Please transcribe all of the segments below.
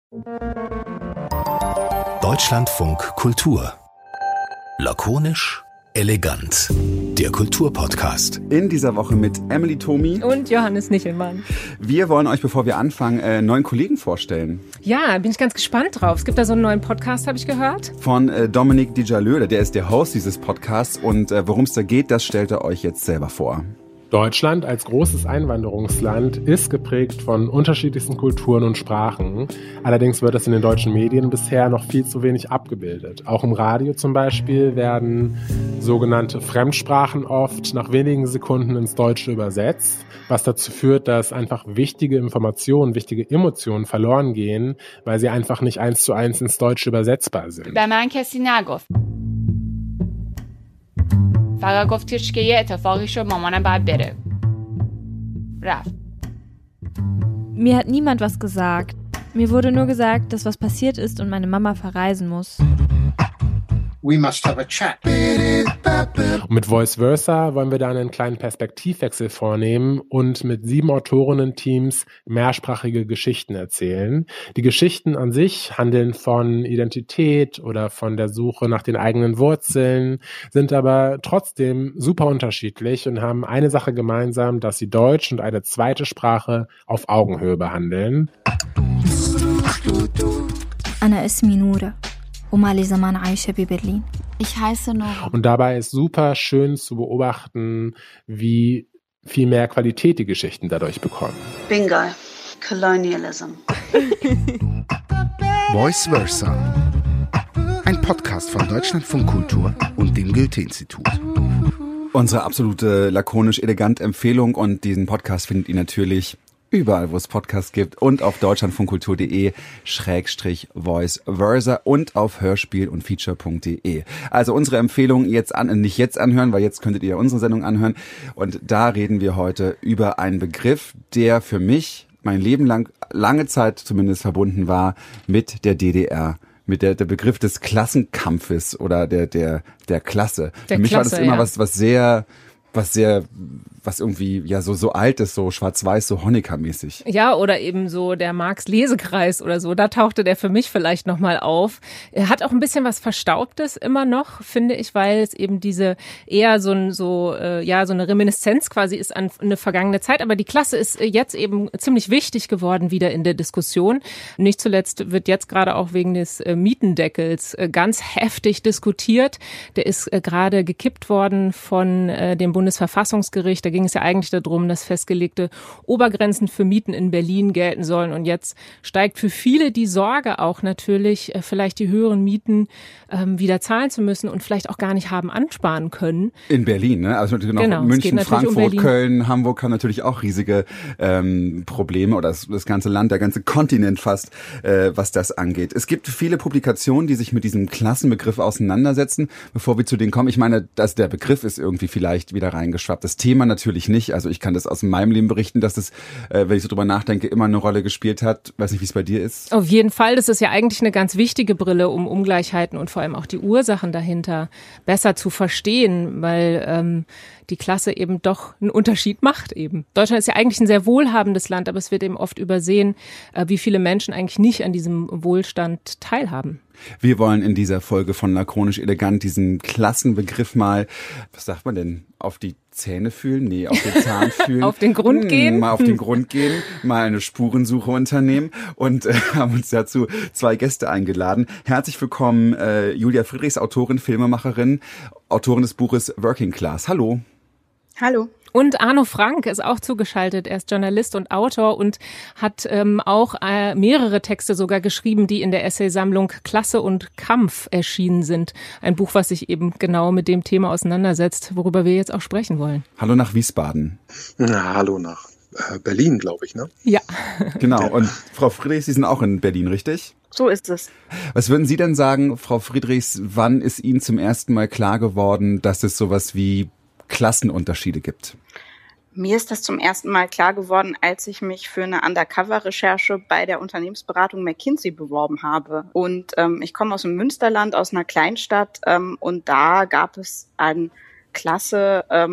Deutschlandfunk Kultur. Lakonisch, elegant. Der Kulturpodcast. In dieser Woche mit Emily Thomi und Johannes Nichelmann. Wir wollen euch, bevor wir anfangen, neuen Kollegen vorstellen. Ja, bin ich ganz gespannt drauf. Es gibt da so einen neuen Podcast, habe ich gehört. Von Dominique Dijalö, der ist der Host dieses Podcasts. Und worum es da geht, das stellt er euch jetzt selber vor. Deutschland als großes Einwanderungsland ist geprägt von unterschiedlichsten Kulturen und Sprachen. Allerdings wird das in den deutschen Medien bisher noch viel zu wenig abgebildet. Auch im Radio zum Beispiel werden sogenannte Fremdsprachen oft nach wenigen Sekunden ins Deutsche übersetzt, was dazu führt, dass einfach wichtige Informationen, wichtige Emotionen verloren gehen, weil sie einfach nicht 1:1 ins Deutsche übersetzbar sind. فقط گفتش که یه اتفاقی شد مامانم باید بره. رفت. Mir hat niemand was gesagt. Mir wurde nur gesagt, dass was passiert ist und meine Mama verreisen muss. We must have a chat. Und mit Voice Versa wollen wir da einen kleinen Perspektivwechsel vornehmen und mit 7 Autorinnen-Teams mehrsprachige Geschichten erzählen. Die Geschichten an sich handeln von Identität oder von der Suche nach den eigenen Wurzeln, sind aber trotzdem super unterschiedlich und haben eine Sache gemeinsam, dass sie Deutsch und eine zweite Sprache auf Augenhöhe behandeln. أنا اسمي نورة وما لي زمان عايشة ببرلين. Ich heiße Nora. Und dabei ist super schön zu beobachten, wie viel mehr Qualität die Geschichten dadurch bekommen. Bingo. Colonialism. Voice Versa. Ein Podcast von Deutschlandfunk Kultur und dem Goethe-Institut. Unsere absolute lakonisch-elegant Empfehlung, und diesen Podcast findet ihr natürlich überall, wo es Podcasts gibt, und auf deutschlandfunkkultur.de/voice versa und auf hörspiel- und feature.de. Also unsere Empfehlung nicht jetzt anhören, weil jetzt könntet ihr unsere Sendung anhören. Und da reden wir heute über einen Begriff, der für mich mein Leben lang, lange Zeit zumindest verbunden war mit der DDR. Mit der Begriff des Klassenkampfes oder der Klasse. Für mich war das immer was irgendwie ja so alt ist, so schwarz-weiß, so Honecker-mäßig. Ja, oder eben so der Marx-Lesekreis oder so, da tauchte der für mich vielleicht nochmal auf. Er hat auch ein bisschen was Verstaubtes immer noch, finde ich, weil es eben diese eher so eine Reminiszenz quasi ist an eine vergangene Zeit. Aber die Klasse ist jetzt eben ziemlich wichtig geworden wieder in der Diskussion. Nicht zuletzt wird jetzt gerade auch wegen des Mietendeckels ganz heftig diskutiert. Der ist gerade gekippt worden von dem Bundesverfassungsgericht. Da ging es ja eigentlich darum, dass festgelegte Obergrenzen für Mieten in Berlin gelten sollen. Und jetzt steigt für viele die Sorge auch natürlich, vielleicht die höheren Mieten wieder zahlen zu müssen und vielleicht auch gar nicht haben ansparen können. In Berlin, ne? Also natürlich noch genau, München, Frankfurt, Köln, Hamburg haben natürlich auch riesige Probleme, oder das ganze Land, der ganze Kontinent fast, was das angeht. Es gibt viele Publikationen, die sich mit diesem Klassenbegriff auseinandersetzen. Bevor wir zu denen kommen, ich meine, dass der Begriff ist irgendwie vielleicht wieder reingeschwappt. Das Thema natürlich nicht. Also ich kann das aus meinem Leben berichten, dass das, wenn ich so drüber nachdenke, immer eine Rolle gespielt hat. Weiß nicht, wie es bei dir ist. Auf jeden Fall. Das ist ja eigentlich eine ganz wichtige Brille, um Ungleichheiten und vor allem auch die Ursachen dahinter besser zu verstehen, weil die Klasse eben doch einen Unterschied macht eben. Deutschland ist ja eigentlich ein sehr wohlhabendes Land, aber es wird eben oft übersehen, wie viele Menschen eigentlich nicht an diesem Wohlstand teilhaben. Wir wollen in dieser Folge von Lakonisch Elegant diesen Klassenbegriff mal, was sagt man denn, auf die Zähne fühlen? Nee, auf den Zahn fühlen. Auf den Grund gehen? Mal auf den Grund gehen, mal eine Spurensuche unternehmen und haben uns dazu 2 Gäste eingeladen. Herzlich willkommen, Julia Friedrichs, Autorin, Filmemacherin, Autorin des Buches Working Class. Hallo. Hallo. Und Arno Frank ist auch zugeschaltet. Er ist Journalist und Autor und hat auch mehrere Texte sogar geschrieben, die in der Essaysammlung Klasse und Kampf erschienen sind. Ein Buch, was sich eben genau mit dem Thema auseinandersetzt, worüber wir jetzt auch sprechen wollen. Hallo nach Wiesbaden. Na, hallo nach Berlin, glaube ich, ne? Ja. Genau. Und Frau Friedrichs, Sie sind auch in Berlin, richtig? So ist es. Was würden Sie denn sagen, Frau Friedrichs, wann ist Ihnen zum ersten Mal klar geworden, dass es sowas wie Klassenunterschiede gibt? Mir ist das zum ersten Mal klar geworden, als ich mich für eine Undercover-Recherche bei der Unternehmensberatung McKinsey beworben habe. Und ich komme aus dem Münsterland, aus einer Kleinstadt, und da gab es an Klasse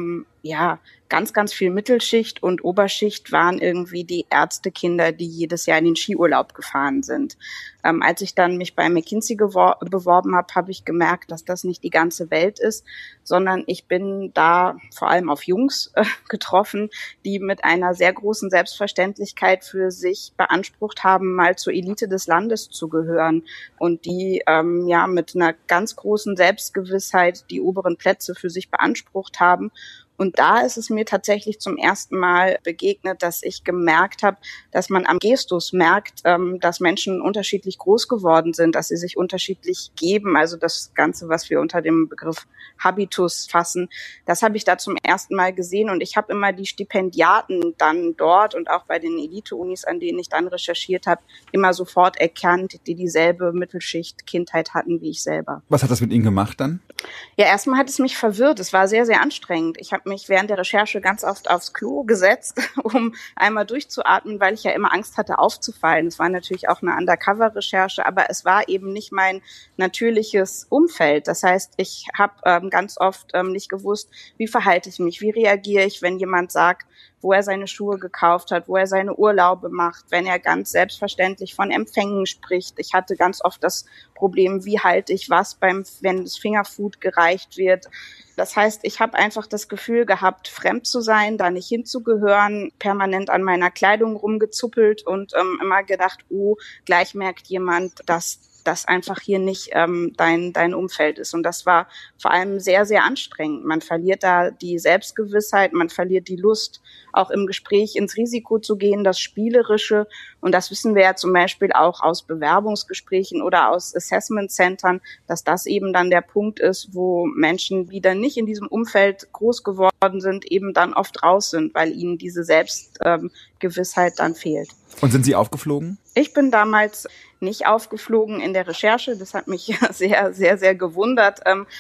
ganz, ganz viel Mittelschicht und Oberschicht waren irgendwie die Ärztekinder, die jedes Jahr in den Skiurlaub gefahren sind. Als ich dann mich bei McKinsey beworben habe, habe ich gemerkt, dass das nicht die ganze Welt ist, sondern ich bin da vor allem auf Jungs getroffen, die mit einer sehr großen Selbstverständlichkeit für sich beansprucht haben, mal zur Elite des Landes zu gehören und die mit einer ganz großen Selbstgewissheit die oberen Plätze für sich beansprucht haben. Und da ist es mir tatsächlich zum ersten Mal begegnet, dass ich gemerkt habe, dass man am Gestus merkt, dass Menschen unterschiedlich groß geworden sind, dass sie sich unterschiedlich geben. Also das Ganze, was wir unter dem Begriff Habitus fassen, das habe ich da zum ersten Mal gesehen. Und ich habe immer die Stipendiaten dann dort und auch bei den Elite-Unis, an denen ich dann recherchiert habe, immer sofort erkannt, die dieselbe Mittelschicht-Kindheit hatten wie ich selber. Was hat das mit Ihnen gemacht dann? Ja, erstmal hat es mich verwirrt. Es war sehr, sehr anstrengend. Ich habe mich während der Recherche ganz oft aufs Klo gesetzt, um einmal durchzuatmen, weil ich ja immer Angst hatte, aufzufallen. Es war natürlich auch eine Undercover-Recherche, aber es war eben nicht mein natürliches Umfeld. Das heißt, ich habe ganz oft nicht gewusst, wie verhalte ich mich, wie reagiere ich, wenn jemand sagt, wo er seine Schuhe gekauft hat, wo er seine Urlaube macht, wenn er ganz selbstverständlich von Empfängen spricht. Ich hatte ganz oft das Problem, wie halte ich was, wenn das Fingerfood gereicht wird. Das heißt, ich habe einfach das Gefühl gehabt, fremd zu sein, da nicht hinzugehören, permanent an meiner Kleidung rumgezuppelt und immer gedacht, gleich merkt jemand, dass das einfach hier nicht dein Umfeld ist. Und das war vor allem sehr, sehr anstrengend. Man verliert da die Selbstgewissheit, man verliert die Lust, auch im Gespräch ins Risiko zu gehen, das Spielerische. Und das wissen wir ja zum Beispiel auch aus Bewerbungsgesprächen oder aus Assessment-Centern, dass das eben dann der Punkt ist, wo Menschen, die dann nicht in diesem Umfeld groß geworden sind, eben dann oft raus sind, weil ihnen diese Selbstgewissheit dann fehlt. Und sind Sie aufgeflogen? Ich bin damals nicht aufgeflogen in der Recherche. Das hat mich sehr, sehr, sehr gewundert.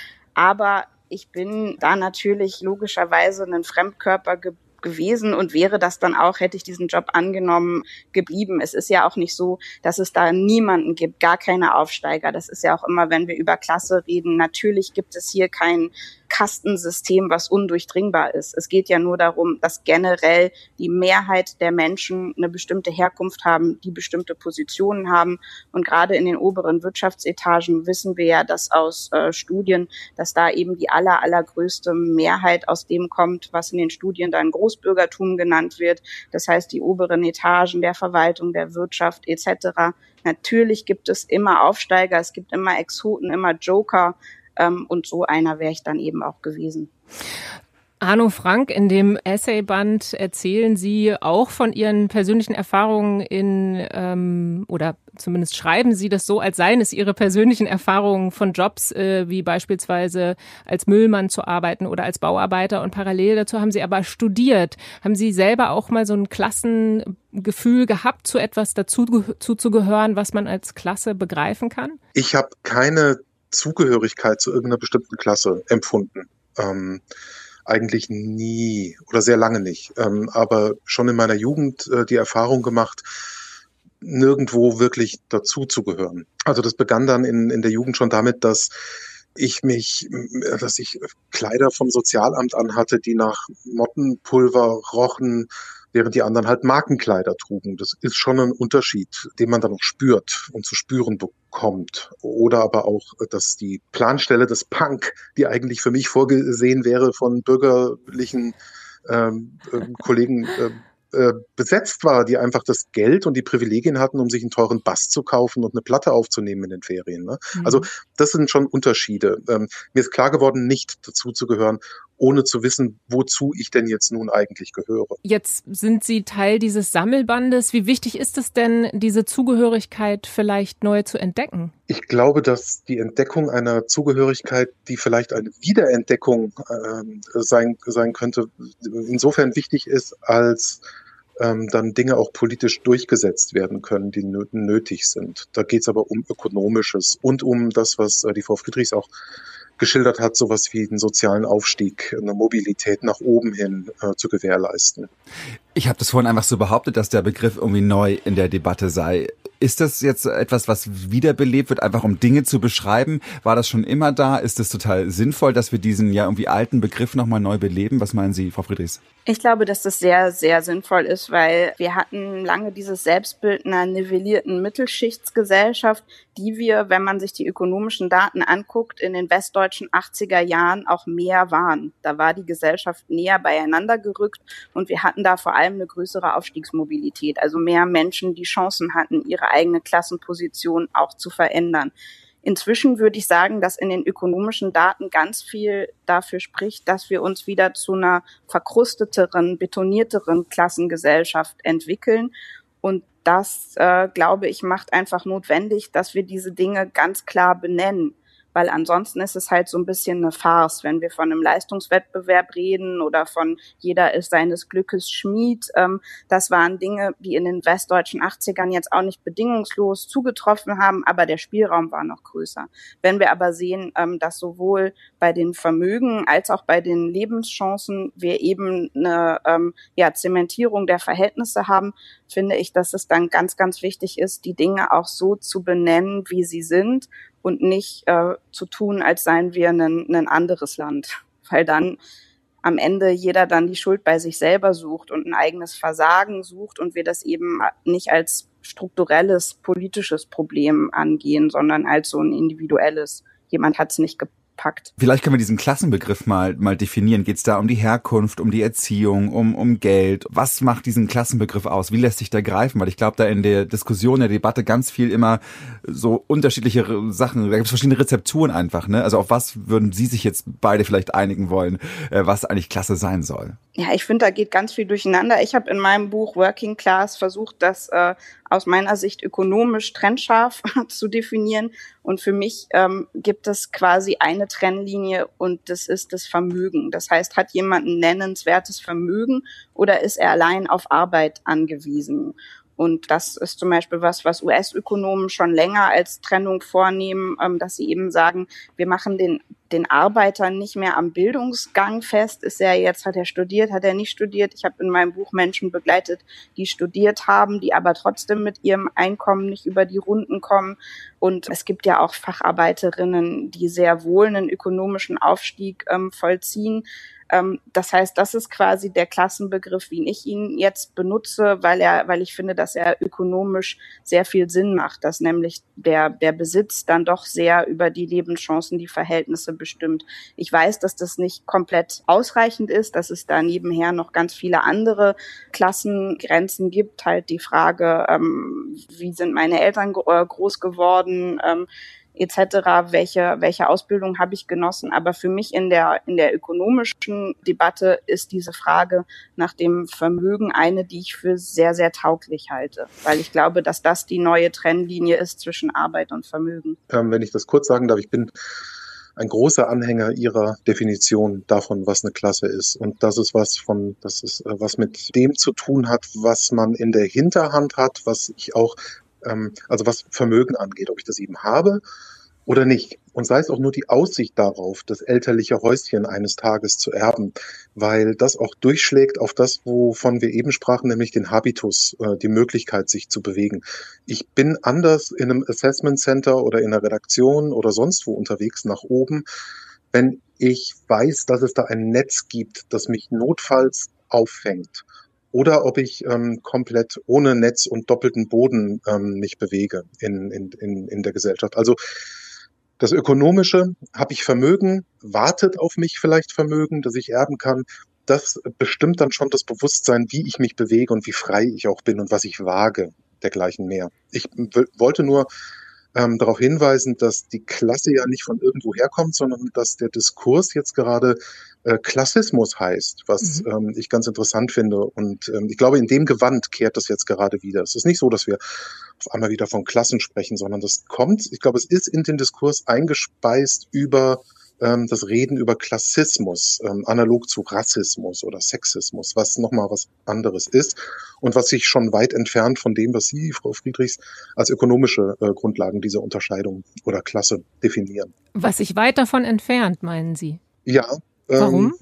Aber ich bin da natürlich logischerweise ein Fremdkörper gewesen und wäre das dann auch, hätte ich diesen Job angenommen, geblieben. Es ist ja auch nicht so, dass es da niemanden gibt, gar keine Aufsteiger. Das ist ja auch immer, wenn wir über Klasse reden. Natürlich gibt es hier kein Kastensystem, was undurchdringbar ist. Es geht ja nur darum, dass generell die Mehrheit der Menschen eine bestimmte Herkunft haben, die bestimmte Positionen haben. Und gerade in den oberen Wirtschaftsetagen wissen wir ja, dass aus Studien, dass da eben die allergrößte Mehrheit aus dem kommt, was in den Studien dann Großbürgertum genannt wird. Das heißt, die oberen Etagen der Verwaltung, der Wirtschaft etc. Natürlich gibt es immer Aufsteiger, es gibt immer Exoten, immer Joker. Und so einer wäre ich dann eben auch gewesen. Arno Frank, in dem Essayband erzählen Sie auch von Ihren persönlichen Erfahrungen oder zumindest schreiben Sie das so, als seien es Ihre persönlichen Erfahrungen von Jobs, wie beispielsweise als Müllmann zu arbeiten oder als Bauarbeiter. Und parallel dazu haben Sie aber studiert. Haben Sie selber auch mal so ein Klassengefühl gehabt, zu etwas dazuzugehören, was man als Klasse begreifen kann? Ich habe keine Zugehörigkeit zu irgendeiner bestimmten Klasse empfunden. Eigentlich nie oder sehr lange nicht. Aber schon in meiner Jugend die Erfahrung gemacht, nirgendwo wirklich dazu zu gehören. Also das begann dann in der Jugend schon damit, dass ich Kleider vom Sozialamt anhatte, die nach Mottenpulver rochen, während die anderen halt Markenkleider trugen. Das ist schon ein Unterschied, den man dann auch spürt und zu spüren bekommt. Oder aber auch, dass die Planstelle des Punk, die eigentlich für mich vorgesehen wäre von bürgerlichen Kollegen, besetzt war, die einfach das Geld und die Privilegien hatten, um sich einen teuren Bass zu kaufen und eine Platte aufzunehmen in den Ferien. Ne? Mhm. Also das sind schon Unterschiede. Mir ist klar geworden, nicht dazu zu gehören, ohne zu wissen, wozu ich denn jetzt nun eigentlich gehöre. Jetzt sind Sie Teil dieses Sammelbandes. Wie wichtig ist es denn, diese Zugehörigkeit vielleicht neu zu entdecken? Ich glaube, dass die Entdeckung einer Zugehörigkeit, die vielleicht eine Wiederentdeckung sein könnte, insofern wichtig ist, als dann Dinge auch politisch durchgesetzt werden können, die nötig sind. Da geht es aber um Ökonomisches und um das, was die Frau Friedrichs auch geschildert hat, sowas wie einen sozialen Aufstieg, eine Mobilität nach oben hin zu gewährleisten. Ich habe das vorhin einfach so behauptet, dass der Begriff irgendwie neu in der Debatte sei. Ist das jetzt etwas, was wiederbelebt wird, einfach um Dinge zu beschreiben? War das schon immer da? Ist es total sinnvoll, dass wir diesen ja irgendwie alten Begriff nochmal neu beleben? Was meinen Sie, Frau Friedrichs? Ich glaube, dass das sehr, sehr sinnvoll ist, weil wir hatten lange dieses Selbstbild einer nivellierten Mittelschichtsgesellschaft, die wir, wenn man sich die ökonomischen Daten anguckt, in den westdeutschen 80er Jahren auch mehr waren. Da war die Gesellschaft näher beieinander gerückt und wir hatten da vor allem eine größere Aufstiegsmobilität, also mehr Menschen, die Chancen hatten, ihre eigene Klassenposition auch zu verändern. Inzwischen würde ich sagen, dass in den ökonomischen Daten ganz viel dafür spricht, dass wir uns wieder zu einer verkrusteteren, betonierteren Klassengesellschaft entwickeln. Und das, glaube ich, macht einfach notwendig, dass wir diese Dinge ganz klar benennen. Weil ansonsten ist es halt so ein bisschen eine Farce, wenn wir von einem Leistungswettbewerb reden oder von jeder ist seines Glückes Schmied. Das waren Dinge, die in den westdeutschen 80ern jetzt auch nicht bedingungslos zugetroffen haben, aber der Spielraum war noch größer. Wenn wir aber sehen, dass sowohl bei den Vermögen als auch bei den Lebenschancen wir eben eine Zementierung der Verhältnisse haben, finde ich, dass es dann ganz, ganz wichtig ist, die Dinge auch so zu benennen, wie sie sind, und nicht zu tun, als seien wir ein anderes Land. Weil dann am Ende jeder dann die Schuld bei sich selber sucht und ein eigenes Versagen sucht und wir das eben nicht als strukturelles politisches Problem angehen, sondern als so ein individuelles. Jemand hat es nicht gepackt. Vielleicht können wir diesen Klassenbegriff mal definieren. Geht es da um die Herkunft, um die Erziehung, um Geld? Was macht diesen Klassenbegriff aus? Wie lässt sich der greifen? Weil ich glaube, da in der Diskussion, der Debatte ganz viel immer so unterschiedliche Sachen, da gibt es verschiedene Rezepturen einfach, ne? Also auf was würden Sie sich jetzt beide vielleicht einigen wollen, was eigentlich Klasse sein soll? Ja, ich finde, da geht ganz viel durcheinander. Ich habe in meinem Buch Working Class versucht, das aus meiner Sicht ökonomisch trennscharf zu definieren. Und für mich gibt es quasi eine Trennlinie und das ist das Vermögen. Das heißt, hat jemand ein nennenswertes Vermögen oder ist er allein auf Arbeit angewiesen? Und das ist zum Beispiel was US-Ökonomen schon länger als Trennung vornehmen, dass sie eben sagen, wir machen den Arbeiter nicht mehr am Bildungsgang fest. Hat er studiert, hat er nicht studiert? Ich habe in meinem Buch Menschen begleitet, die studiert haben, die aber trotzdem mit ihrem Einkommen nicht über die Runden kommen. Und es gibt ja auch Facharbeiterinnen, die sehr wohl einen ökonomischen Aufstieg vollziehen. Das heißt, das ist quasi der Klassenbegriff, wie ich ihn jetzt benutze, weil ich finde, dass er ökonomisch sehr viel Sinn macht, dass nämlich der Besitz dann doch sehr über die Lebenschancen, die Verhältnisse bestimmt. Ich weiß, dass das nicht komplett ausreichend ist, dass es da nebenher noch ganz viele andere Klassengrenzen gibt. Halt die Frage, wie sind meine Eltern groß geworden, etc., welche Ausbildung habe ich genossen. Aber für mich in der ökonomischen Debatte ist diese Frage nach dem Vermögen eine, die ich für sehr, sehr tauglich halte. Weil ich glaube, dass das die neue Trennlinie ist zwischen Arbeit und Vermögen. Wenn ich das kurz sagen darf, ich bin ein großer Anhänger Ihrer Definition davon, was eine Klasse ist. Und das ist was mit dem zu tun hat, was man in der Hinterhand hat, was ich auch also was Vermögen angeht, ob ich das eben habe oder nicht. Und sei es auch nur die Aussicht darauf, das elterliche Häuschen eines Tages zu erben, weil das auch durchschlägt auf das, wovon wir eben sprachen, nämlich den Habitus, die Möglichkeit, sich zu bewegen. Ich bin anders in einem Assessment Center oder in einer Redaktion oder sonst wo unterwegs nach oben, wenn ich weiß, dass es da ein Netz gibt, das mich notfalls auffängt. Oder ob ich komplett ohne Netz und doppelten Boden mich bewege in der Gesellschaft. Also das Ökonomische, habe ich Vermögen, wartet auf mich vielleicht Vermögen, das ich erben kann. Das bestimmt dann schon das Bewusstsein, wie ich mich bewege und wie frei ich auch bin und was ich wage, dergleichen mehr. Ich wollte nur darauf hinweisen, dass die Klasse ja nicht von irgendwo herkommt, sondern dass der Diskurs jetzt gerade Klassismus heißt, was ich ganz interessant finde. Und ich glaube, in dem Gewand kehrt das jetzt gerade wieder. Es ist nicht so, dass wir auf einmal wieder von Klassen sprechen, sondern das kommt, ich glaube, es ist in den Diskurs eingespeist über das Reden über Klassismus, analog zu Rassismus oder Sexismus, was nochmal was anderes ist und was sich schon weit entfernt von dem, was Sie, Frau Friedrichs, als ökonomische Grundlagen dieser Unterscheidung oder Klasse definieren. Was sich weit davon entfernt, meinen Sie? Ja. Warum?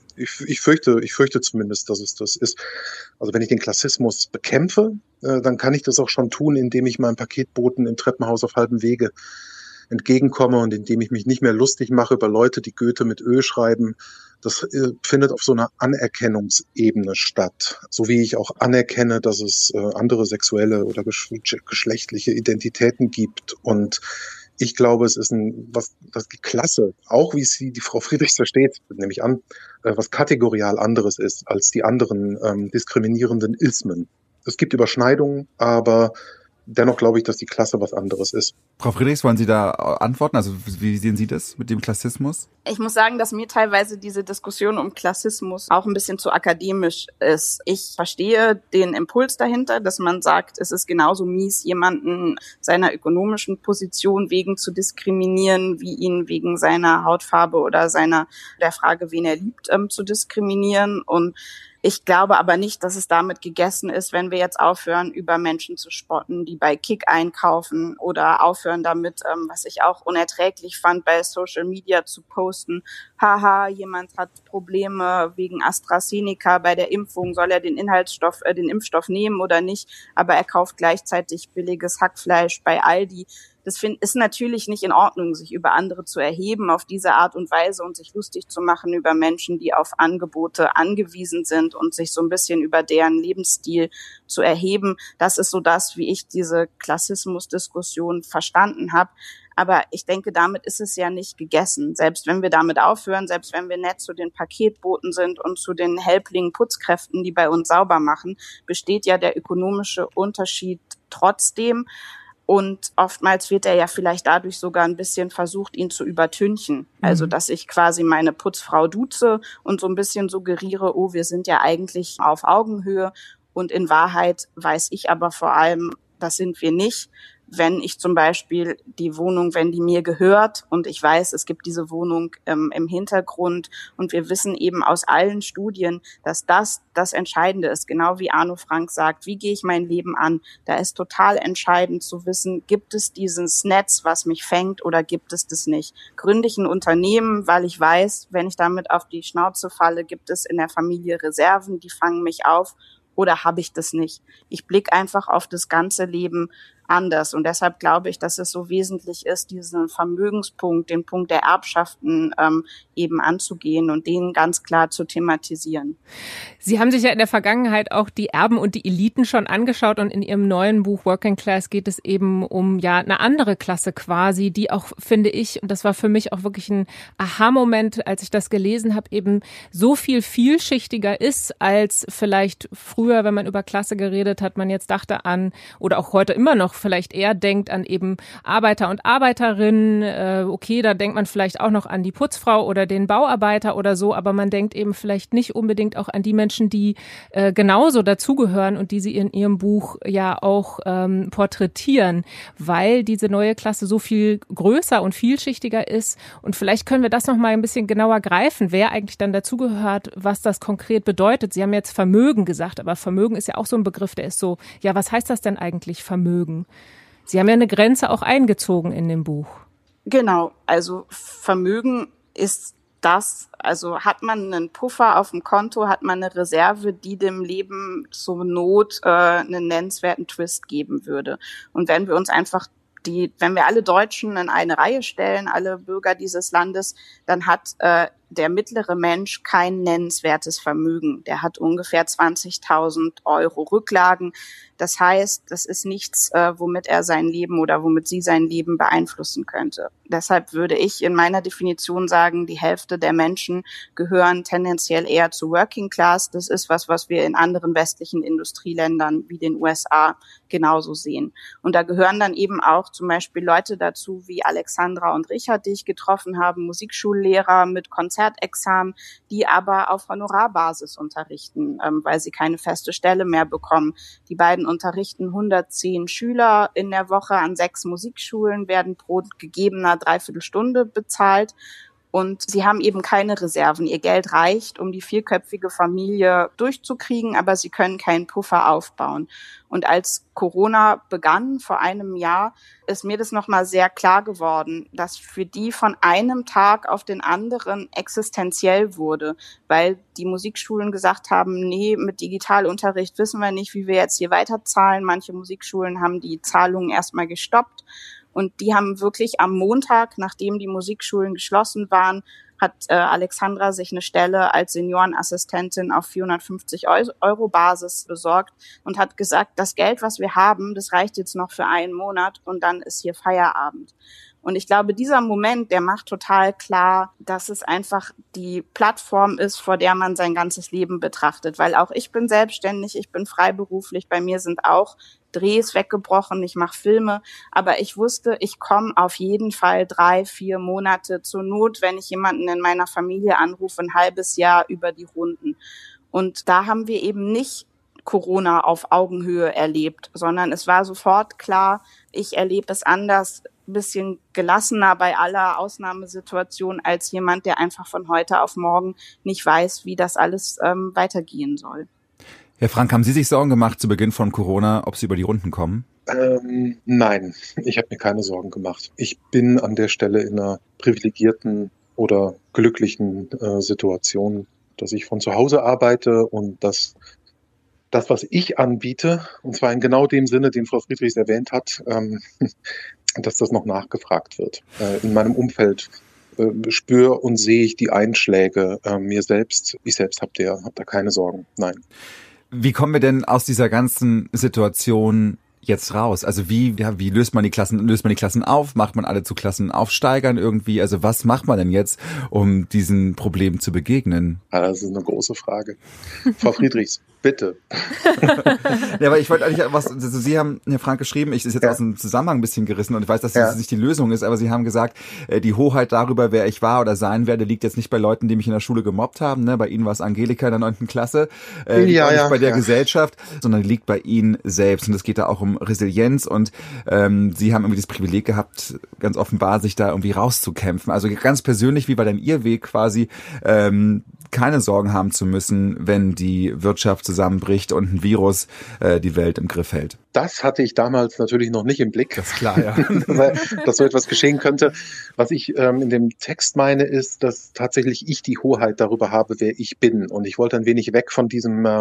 Ich fürchte zumindest, dass es das ist. Also wenn ich den Klassismus bekämpfe, dann kann ich das auch schon tun, indem ich meinem Paketboten im Treppenhaus auf halbem Wege entgegenkomme und indem ich mich nicht mehr lustig mache über Leute, die Goethe mit Ö schreiben. Das findet auf so einer Anerkennungsebene statt. So wie ich auch anerkenne, dass es andere sexuelle oder geschlechtliche Identitäten gibt. Und ich glaube, es ist dass die Klasse, auch wie sie die Frau Friedrichs versteht, nehme ich an, was kategorial anderes ist als die anderen diskriminierenden Ismen. Es gibt Überschneidungen, aber dennoch glaube ich, dass die Klasse was anderes ist. Frau Friedrichs, wollen Sie da antworten? Also wie sehen Sie das mit dem Klassismus? Ich muss sagen, dass mir teilweise diese Diskussion um Klassismus auch ein bisschen zu akademisch ist. Ich verstehe den Impuls dahinter, dass man sagt, es ist genauso mies, jemanden seiner ökonomischen Position wegen zu diskriminieren, wie ihn wegen seiner Hautfarbe oder der Frage, wen er liebt, zu diskriminieren. Und ich glaube aber nicht, dass es damit gegessen ist, wenn wir jetzt aufhören, über Menschen zu spotten, die bei Kick einkaufen oder aufhören damit, was ich auch unerträglich fand, bei Social Media zu posten. Haha, jemand hat Probleme wegen AstraZeneca bei der Impfung, soll er den Impfstoff nehmen oder nicht? Aber er kauft gleichzeitig billiges Hackfleisch bei Aldi. Das ist natürlich nicht in Ordnung, sich über andere zu erheben auf diese Art und Weise und sich lustig zu machen über Menschen, die auf Angebote angewiesen sind und sich so ein bisschen über deren Lebensstil zu erheben. Das ist so das, wie ich diese Klassismusdiskussion verstanden habe. Aber ich denke, damit ist es ja nicht gegessen. Selbst wenn wir damit aufhören, selbst wenn wir nett zu den Paketboten sind und zu den Helplingen Putzkräften, die bei uns sauber machen, besteht ja der ökonomische Unterschied trotzdem. Und oftmals wird er ja vielleicht dadurch sogar ein bisschen versucht, ihn zu übertünchen. Also, dass ich quasi meine Putzfrau duze und so ein bisschen suggeriere, oh, wir sind ja eigentlich auf Augenhöhe. Und in Wahrheit weiß ich aber vor allem, das sind wir nicht. Wenn ich zum Beispiel die Wohnung, wenn die mir gehört und ich weiß, es gibt diese Wohnung im Hintergrund und wir wissen eben aus allen Studien, dass das Entscheidende ist, genau wie Arno Frank sagt, wie gehe ich mein Leben an? Da ist total entscheidend zu wissen, gibt es dieses Netz, was mich fängt oder gibt es das nicht? Gründe ich ein Unternehmen, weil ich weiß, wenn ich damit auf die Schnauze falle, gibt es in der Familie Reserven, die fangen mich auf, oder habe ich das nicht? Ich blicke einfach auf das ganze Leben anders. Und deshalb glaube ich, dass es so wesentlich ist, diesen Vermögenspunkt, den Punkt der Erbschaften eben anzugehen und den ganz klar zu thematisieren. Sie haben sich ja in der Vergangenheit auch die Erben und die Eliten schon angeschaut und in Ihrem neuen Buch Working Class geht es eben um ja eine andere Klasse quasi, die auch, finde ich, und das war für mich auch wirklich ein Aha-Moment, als ich das gelesen habe, eben so viel vielschichtiger ist als vielleicht früher, wenn man über Klasse geredet hat, man jetzt dachte an oder auch heute immer noch vielleicht eher denkt an eben Arbeiter und Arbeiterinnen, okay, da denkt man vielleicht auch noch an die Putzfrau oder den Bauarbeiter oder so, aber man denkt eben vielleicht nicht unbedingt auch an die Menschen, die genauso dazugehören und die Sie in Ihrem Buch ja auch porträtieren, weil diese neue Klasse so viel größer und vielschichtiger ist und vielleicht können wir das noch mal ein bisschen genauer greifen, wer eigentlich dann dazugehört, was das konkret bedeutet. Sie haben jetzt Vermögen gesagt, aber Vermögen ist ja auch so ein Begriff, der ist so, ja, was heißt das denn eigentlich Vermögen? Sie haben ja eine Grenze auch eingezogen in dem Buch. Genau, also Vermögen ist das, also hat man einen Puffer auf dem Konto, hat man eine Reserve, die dem Leben zur Not einen nennenswerten Twist geben würde. Und wenn wir uns einfach wenn wir alle Deutschen in eine Reihe stellen, alle Bürger dieses Landes, dann hat der mittlere Mensch kein nennenswertes Vermögen. Der hat ungefähr 20.000 Euro Rücklagen. Das heißt, das ist nichts, womit er sein Leben oder womit sie sein Leben beeinflussen könnte. Deshalb würde ich in meiner Definition sagen, die Hälfte der Menschen gehören tendenziell eher zu Working Class. Das ist was wir in anderen westlichen Industrieländern wie den USA genauso sehen. Und da gehören dann eben auch zum Beispiel Leute dazu wie Alexandra und Richard, die ich getroffen habe, Musikschullehrer mit Konzertexamen, die aber auf Honorarbasis unterrichten, weil sie keine feste Stelle mehr bekommen. Die beiden unterrichten 110 Schüler in der Woche an 6 Musikschulen, werden pro gegebener Dreiviertelstunde bezahlt. Und sie haben eben keine Reserven. Ihr Geld reicht, um die 4-köpfige Familie durchzukriegen, aber sie können keinen Puffer aufbauen. Und als Corona begann vor einem Jahr, ist mir das nochmal sehr klar geworden, dass für die von einem Tag auf den anderen existenziell wurde, weil die Musikschulen gesagt haben, nee, mit Digitalunterricht wissen wir nicht, wie wir jetzt hier weiterzahlen. Manche Musikschulen haben die Zahlungen erstmal gestoppt. Und die haben wirklich am Montag, nachdem die Musikschulen geschlossen waren, hat Alexandra sich eine Stelle als Seniorenassistentin auf 450 Euro Basis besorgt und hat gesagt, das Geld, was wir haben, das reicht jetzt noch für einen Monat und dann ist hier Feierabend. Und ich glaube, dieser Moment, der macht total klar, dass es einfach die Plattform ist, vor der man sein ganzes Leben betrachtet. Weil auch ich bin selbstständig, ich bin freiberuflich, bei mir sind auch Drehs weggebrochen, ich mache Filme. Aber ich wusste, ich komme auf jeden Fall 3-4 Monate zur Not, wenn ich jemanden in meiner Familie anrufe, ein halbes Jahr über die Runden. Und da haben wir eben nicht Corona auf Augenhöhe erlebt, sondern es war sofort klar, ich erlebe es anders, ein bisschen gelassener bei aller Ausnahmesituation als jemand, der einfach von heute auf morgen nicht weiß, wie das alles weitergehen soll. Herr Frank, haben Sie sich Sorgen gemacht zu Beginn von Corona, ob Sie über die Runden kommen? Nein, ich habe mir keine Sorgen gemacht. Ich bin an der Stelle in einer privilegierten oder glücklichen Situation, dass ich von zu Hause arbeite und dass das, was ich anbiete, und zwar in genau dem Sinne, den Frau Friedrichs erwähnt hat, dass das noch nachgefragt wird. In meinem Umfeld spüre und sehe ich die Einschläge. Ich selbst habe da keine Sorgen, nein. Wie kommen wir denn aus dieser ganzen Situation jetzt raus? Also wie löst man die Klassen auf? Macht man alle zu Klassenaufsteigern irgendwie? Also was macht man denn jetzt, um diesen Problemen zu begegnen? Das ist eine große Frage. Frau Friedrichs, bitte. Ja, aber ich wollte eigentlich Sie haben, Herr Frank, geschrieben, ist jetzt aus dem Zusammenhang ein bisschen gerissen und ich weiß, dass das nicht die Lösung ist, aber Sie haben gesagt, die Hoheit darüber, wer ich war oder sein werde, liegt jetzt nicht bei Leuten, die mich in der Schule gemobbt haben, ne? Bei Ihnen war es Angelika in der 9. Klasse, nicht bei der Gesellschaft, sondern liegt bei Ihnen selbst und es geht da auch um Resilienz und Sie haben irgendwie das Privileg gehabt, ganz offenbar sich da irgendwie rauszukämpfen. Also ganz persönlich, wie war denn Ihr Weg quasi, keine Sorgen haben zu müssen, wenn die Wirtschaft zusammenbricht und ein Virus die Welt im Griff hält? Das hatte ich damals natürlich noch nicht im Blick. Das ist klar, ja. Dass so etwas geschehen könnte. Was ich in dem Text meine, ist, dass tatsächlich ich die Hoheit darüber habe, wer ich bin. Und ich wollte ein wenig weg von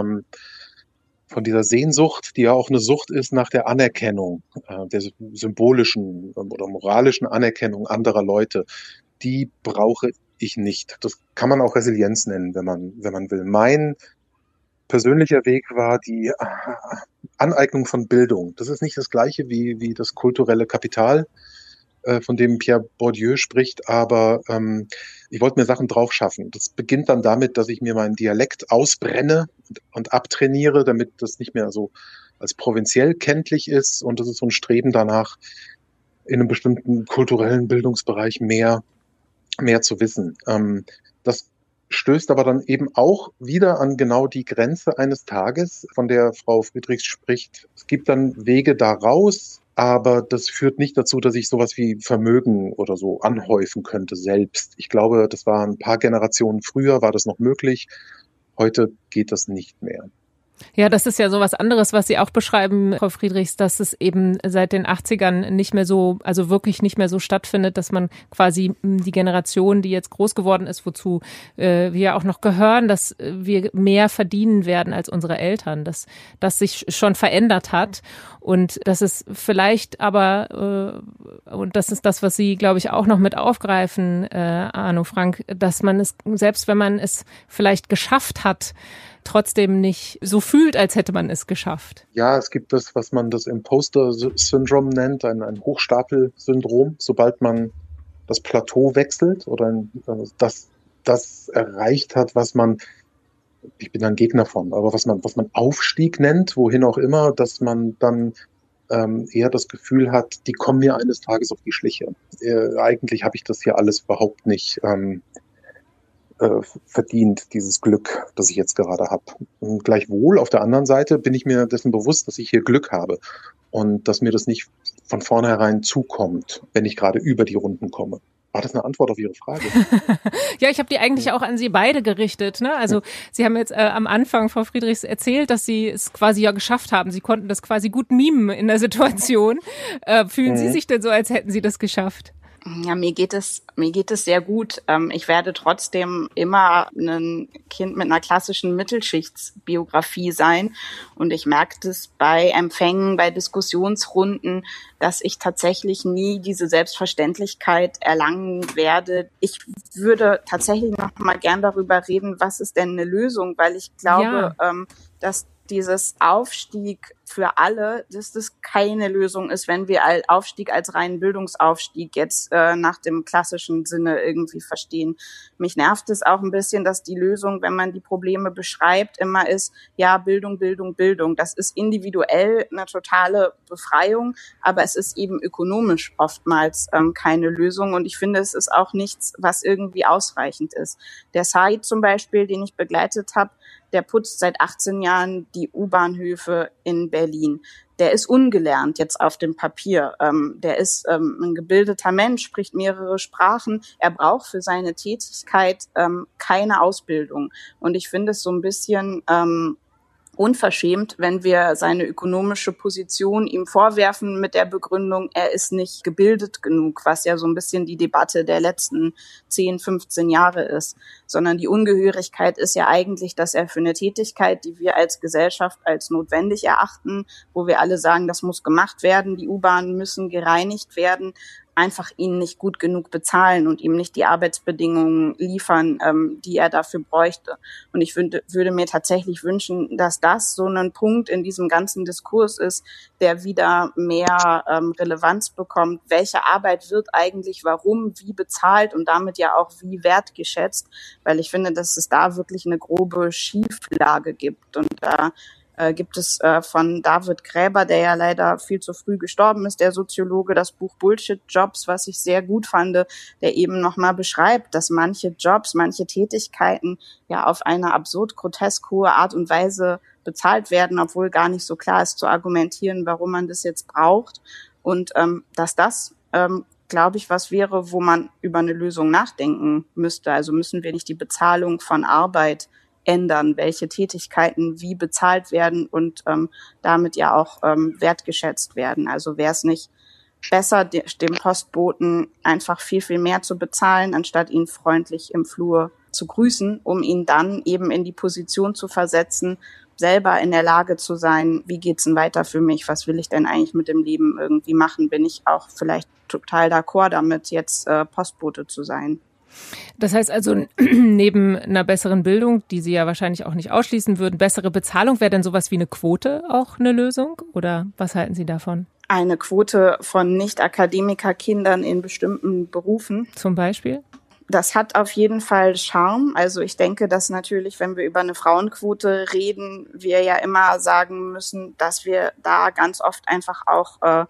von dieser Sehnsucht, die ja auch eine Sucht ist nach der Anerkennung, der symbolischen oder moralischen Anerkennung anderer Leute. Die brauche ich nicht. Das kann man auch Resilienz nennen, wenn man will. Mein persönlicher Weg war die Aneignung von Bildung. Das ist nicht das Gleiche wie das kulturelle Kapital, von dem Pierre Bourdieu spricht, aber ich wollte mir Sachen drauf schaffen. Das beginnt dann damit, dass ich mir meinen Dialekt ausbrenne und abtrainiere, damit das nicht mehr so als provinziell kenntlich ist. Und das ist so ein Streben danach, in einem bestimmten kulturellen Bildungsbereich mehr zu wissen. Das stößt aber dann eben auch wieder an genau die Grenze eines Tages, von der Frau Friedrichs spricht. Es gibt dann Wege daraus, aber das führt nicht dazu, dass ich sowas wie Vermögen oder so anhäufen könnte selbst. Ich glaube, das war ein paar Generationen früher, war das noch möglich. Heute geht das nicht mehr. Ja, das ist ja so was anderes, was Sie auch beschreiben, Frau Friedrichs, dass es eben seit den 80ern nicht mehr so, also wirklich nicht mehr so stattfindet, dass man quasi die Generation, die jetzt groß geworden ist, wozu wir ja auch noch gehören, dass wir mehr verdienen werden als unsere Eltern, dass das sich schon verändert hat und dass es vielleicht aber, und das ist das, was Sie, glaube ich, auch noch mit aufgreifen, Arno Frank, dass man es, selbst wenn man es vielleicht geschafft hat, trotzdem nicht so fühlt, als hätte man es geschafft. Ja, es gibt das, was man das Imposter-Syndrom nennt, ein Hochstapel-Syndrom. Sobald man das Plateau wechselt oder das erreicht hat, was man, ich bin ein Gegner von, aber was man Aufstieg nennt, wohin auch immer, dass man dann eher das Gefühl hat, die kommen mir eines Tages auf die Schliche. Eigentlich habe ich das hier alles überhaupt nicht verdient, dieses Glück, das ich jetzt gerade habe. Und gleichwohl, auf der anderen Seite bin ich mir dessen bewusst, dass ich hier Glück habe und dass mir das nicht von vornherein zukommt, wenn ich gerade über die Runden komme. War das eine Antwort auf Ihre Frage? Ja, ich habe die eigentlich auch an Sie beide gerichtet. Ne? Also Sie haben jetzt am Anfang, Frau Friedrichs, erzählt, dass Sie es quasi ja geschafft haben. Sie konnten das quasi gut mimen in der Situation. Fühlen Sie sich denn so, als hätten Sie das geschafft? Ja, mir geht es sehr gut. Ich werde trotzdem immer ein Kind mit einer klassischen Mittelschichtsbiografie sein. Und ich merke das bei Empfängen, bei Diskussionsrunden, dass ich tatsächlich nie diese Selbstverständlichkeit erlangen werde. Ich würde tatsächlich noch mal gern darüber reden, was ist denn eine Lösung? Weil ich glaube, dass dieses Aufstieg für alle, dass das keine Lösung ist, wenn wir Aufstieg als reinen Bildungsaufstieg jetzt nach dem klassischen Sinne irgendwie verstehen. Mich nervt es auch ein bisschen, dass die Lösung, wenn man die Probleme beschreibt, immer ist, ja, Bildung, Bildung, Bildung. Das ist individuell eine totale Befreiung, aber es ist eben ökonomisch oftmals keine Lösung. Und ich finde, es ist auch nichts, was irgendwie ausreichend ist. Der Said zum Beispiel, den ich begleitet habe, der putzt seit 18 Jahren die U-Bahnhöfe in Berlin. Der ist ungelernt jetzt auf dem Papier. Der ist ein gebildeter Mensch, spricht mehrere Sprachen. Er braucht für seine Tätigkeit keine Ausbildung. Und ich finde es so ein bisschen unverschämt, wenn wir seine ökonomische Position ihm vorwerfen mit der Begründung, er ist nicht gebildet genug, was ja so ein bisschen die Debatte der letzten 10, 15 Jahre ist, sondern die Ungehörigkeit ist ja eigentlich, dass er für eine Tätigkeit, die wir als Gesellschaft als notwendig erachten, wo wir alle sagen, das muss gemacht werden, die U-Bahnen müssen gereinigt werden, einfach ihn nicht gut genug bezahlen und ihm nicht die Arbeitsbedingungen liefern, die er dafür bräuchte. Und ich würde mir tatsächlich wünschen, dass das so ein Punkt in diesem ganzen Diskurs ist, der wieder mehr Relevanz bekommt. Welche Arbeit wird eigentlich warum, wie bezahlt und damit ja auch wie wertgeschätzt? Weil ich finde, dass es da wirklich eine grobe Schieflage gibt. Und da gibt es von David Gräber, der ja leider viel zu früh gestorben ist, der Soziologe, das Buch Bullshit Jobs, was ich sehr gut fand, der eben nochmal beschreibt, dass manche Jobs, manche Tätigkeiten ja auf eine absurd grotesk hohe Art und Weise bezahlt werden, obwohl gar nicht so klar ist zu argumentieren, warum man das jetzt braucht. Und dass das glaube ich, was wäre, wo man über eine Lösung nachdenken müsste. Also müssen wir nicht die Bezahlung von Arbeit ändern, welche Tätigkeiten wie bezahlt werden und damit ja auch wertgeschätzt werden. Also wäre es nicht besser, dem Postboten einfach viel, viel mehr zu bezahlen, anstatt ihn freundlich im Flur zu grüßen, um ihn dann eben in die Position zu versetzen, selber in der Lage zu sein, wie geht's denn weiter für mich? Was will ich denn eigentlich mit dem Leben irgendwie machen? Bin ich auch vielleicht total d'accord damit, jetzt Postbote zu sein? Das heißt also, neben einer besseren Bildung, die Sie ja wahrscheinlich auch nicht ausschließen würden, bessere Bezahlung, wäre denn sowas wie eine Quote auch eine Lösung? Oder was halten Sie davon? Eine Quote von Nicht-Akademiker-Kindern in bestimmten Berufen. Zum Beispiel? Das hat auf jeden Fall Charme. Also ich denke, dass natürlich, wenn wir über eine Frauenquote reden, wir ja immer sagen müssen, dass wir da ganz oft einfach auch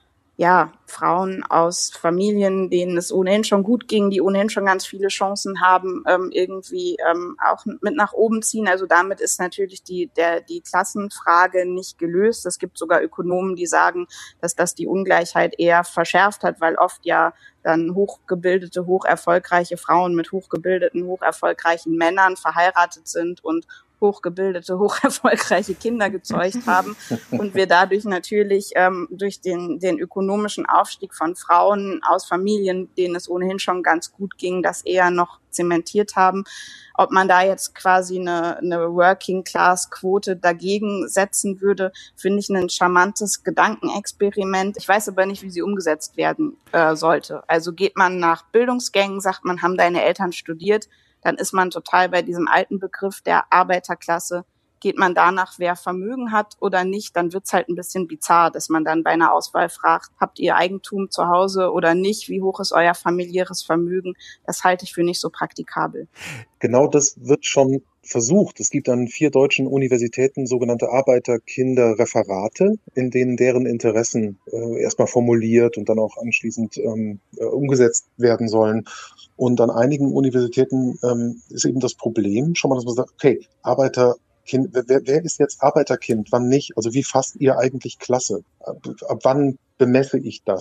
Frauen aus Familien, denen es ohnehin schon gut ging, die ohnehin schon ganz viele Chancen haben, irgendwie auch mit nach oben ziehen. Also damit ist natürlich die Klassenfrage nicht gelöst. Es gibt sogar Ökonomen, die sagen, dass das die Ungleichheit eher verschärft hat, weil oft ja dann hochgebildete, hocherfolgreiche Frauen mit hochgebildeten, hocherfolgreichen Männern verheiratet sind und hochgebildete, hocherfolgreiche Kinder gezeugt haben und wir dadurch natürlich durch den ökonomischen Aufstieg von Frauen aus Familien, denen es ohnehin schon ganz gut ging, das eher noch zementiert haben. Ob man da jetzt quasi eine Working-Class-Quote dagegen setzen würde, finde ich ein charmantes Gedankenexperiment. Ich weiß aber nicht, wie sie umgesetzt werden sollte. Also geht man nach Bildungsgängen, sagt man, haben deine Eltern studiert, dann ist man total bei diesem alten Begriff der Arbeiterklasse. Geht man danach, wer Vermögen hat oder nicht, dann wird's halt ein bisschen bizarr, dass man dann bei einer Auswahl fragt, habt ihr Eigentum zu Hause oder nicht? Wie hoch ist euer familiäres Vermögen? Das halte ich für nicht so praktikabel. Genau das wird schon versucht. Es gibt an 4 deutschen Universitäten sogenannte Arbeiterkinder-Referate, in denen deren Interessen erstmal formuliert und dann auch anschließend umgesetzt werden sollen. Und an einigen Universitäten ist eben das Problem schon mal, dass man sagt, okay, Arbeiterkind, wer ist jetzt Arbeiterkind, wann nicht? Also wie fasst ihr eigentlich Klasse? Ab wann bemesse ich das?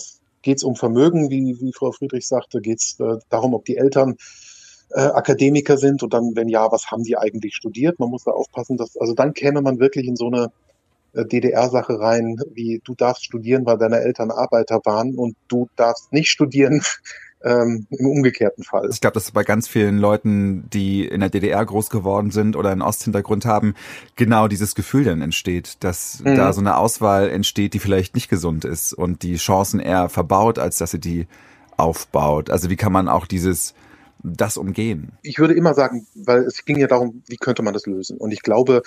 Geht es um Vermögen, wie Frau Friedrich sagte? Geht es darum, ob die Eltern Akademiker sind und dann, wenn ja, was haben die eigentlich studiert? Man muss da aufpassen, also dann käme man wirklich in so eine DDR-Sache rein, wie du darfst studieren, weil deine Eltern Arbeiter waren und du darfst nicht studieren im umgekehrten Fall. Ich glaube, dass bei ganz vielen Leuten, die in der DDR groß geworden sind oder einen Osthintergrund haben, genau dieses Gefühl dann entsteht, dass da so eine Auswahl entsteht, die vielleicht nicht gesund ist und die Chancen eher verbaut, als dass sie die aufbaut. Also wie kann man auch das umgehen? Ich würde immer sagen, weil es ging ja darum, wie könnte man das lösen? Und ich glaube,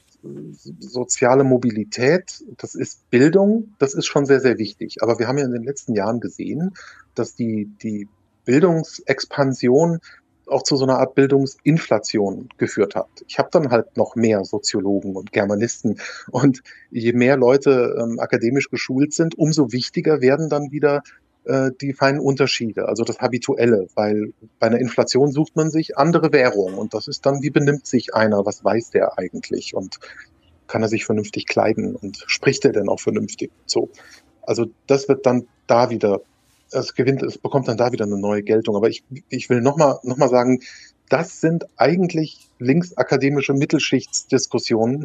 soziale Mobilität, das ist Bildung, das ist schon sehr, sehr wichtig. Aber wir haben ja in den letzten Jahren gesehen, dass die Bildungsexpansion auch zu so einer Art Bildungsinflation geführt hat. Ich habe dann halt noch mehr Soziologen und Germanisten. Und je mehr Leute akademisch geschult sind, umso wichtiger werden dann wieder die feinen Unterschiede, also das Habituelle, weil bei einer Inflation sucht man sich andere Währungen und das ist dann, wie benimmt sich einer, was weiß der eigentlich und kann er sich vernünftig kleiden und spricht er denn auch vernünftig? So, also das wird dann da wieder, es bekommt dann da wieder eine neue Geltung. Aber ich will noch mal sagen, das sind eigentlich linksakademische Mittelschichtsdiskussionen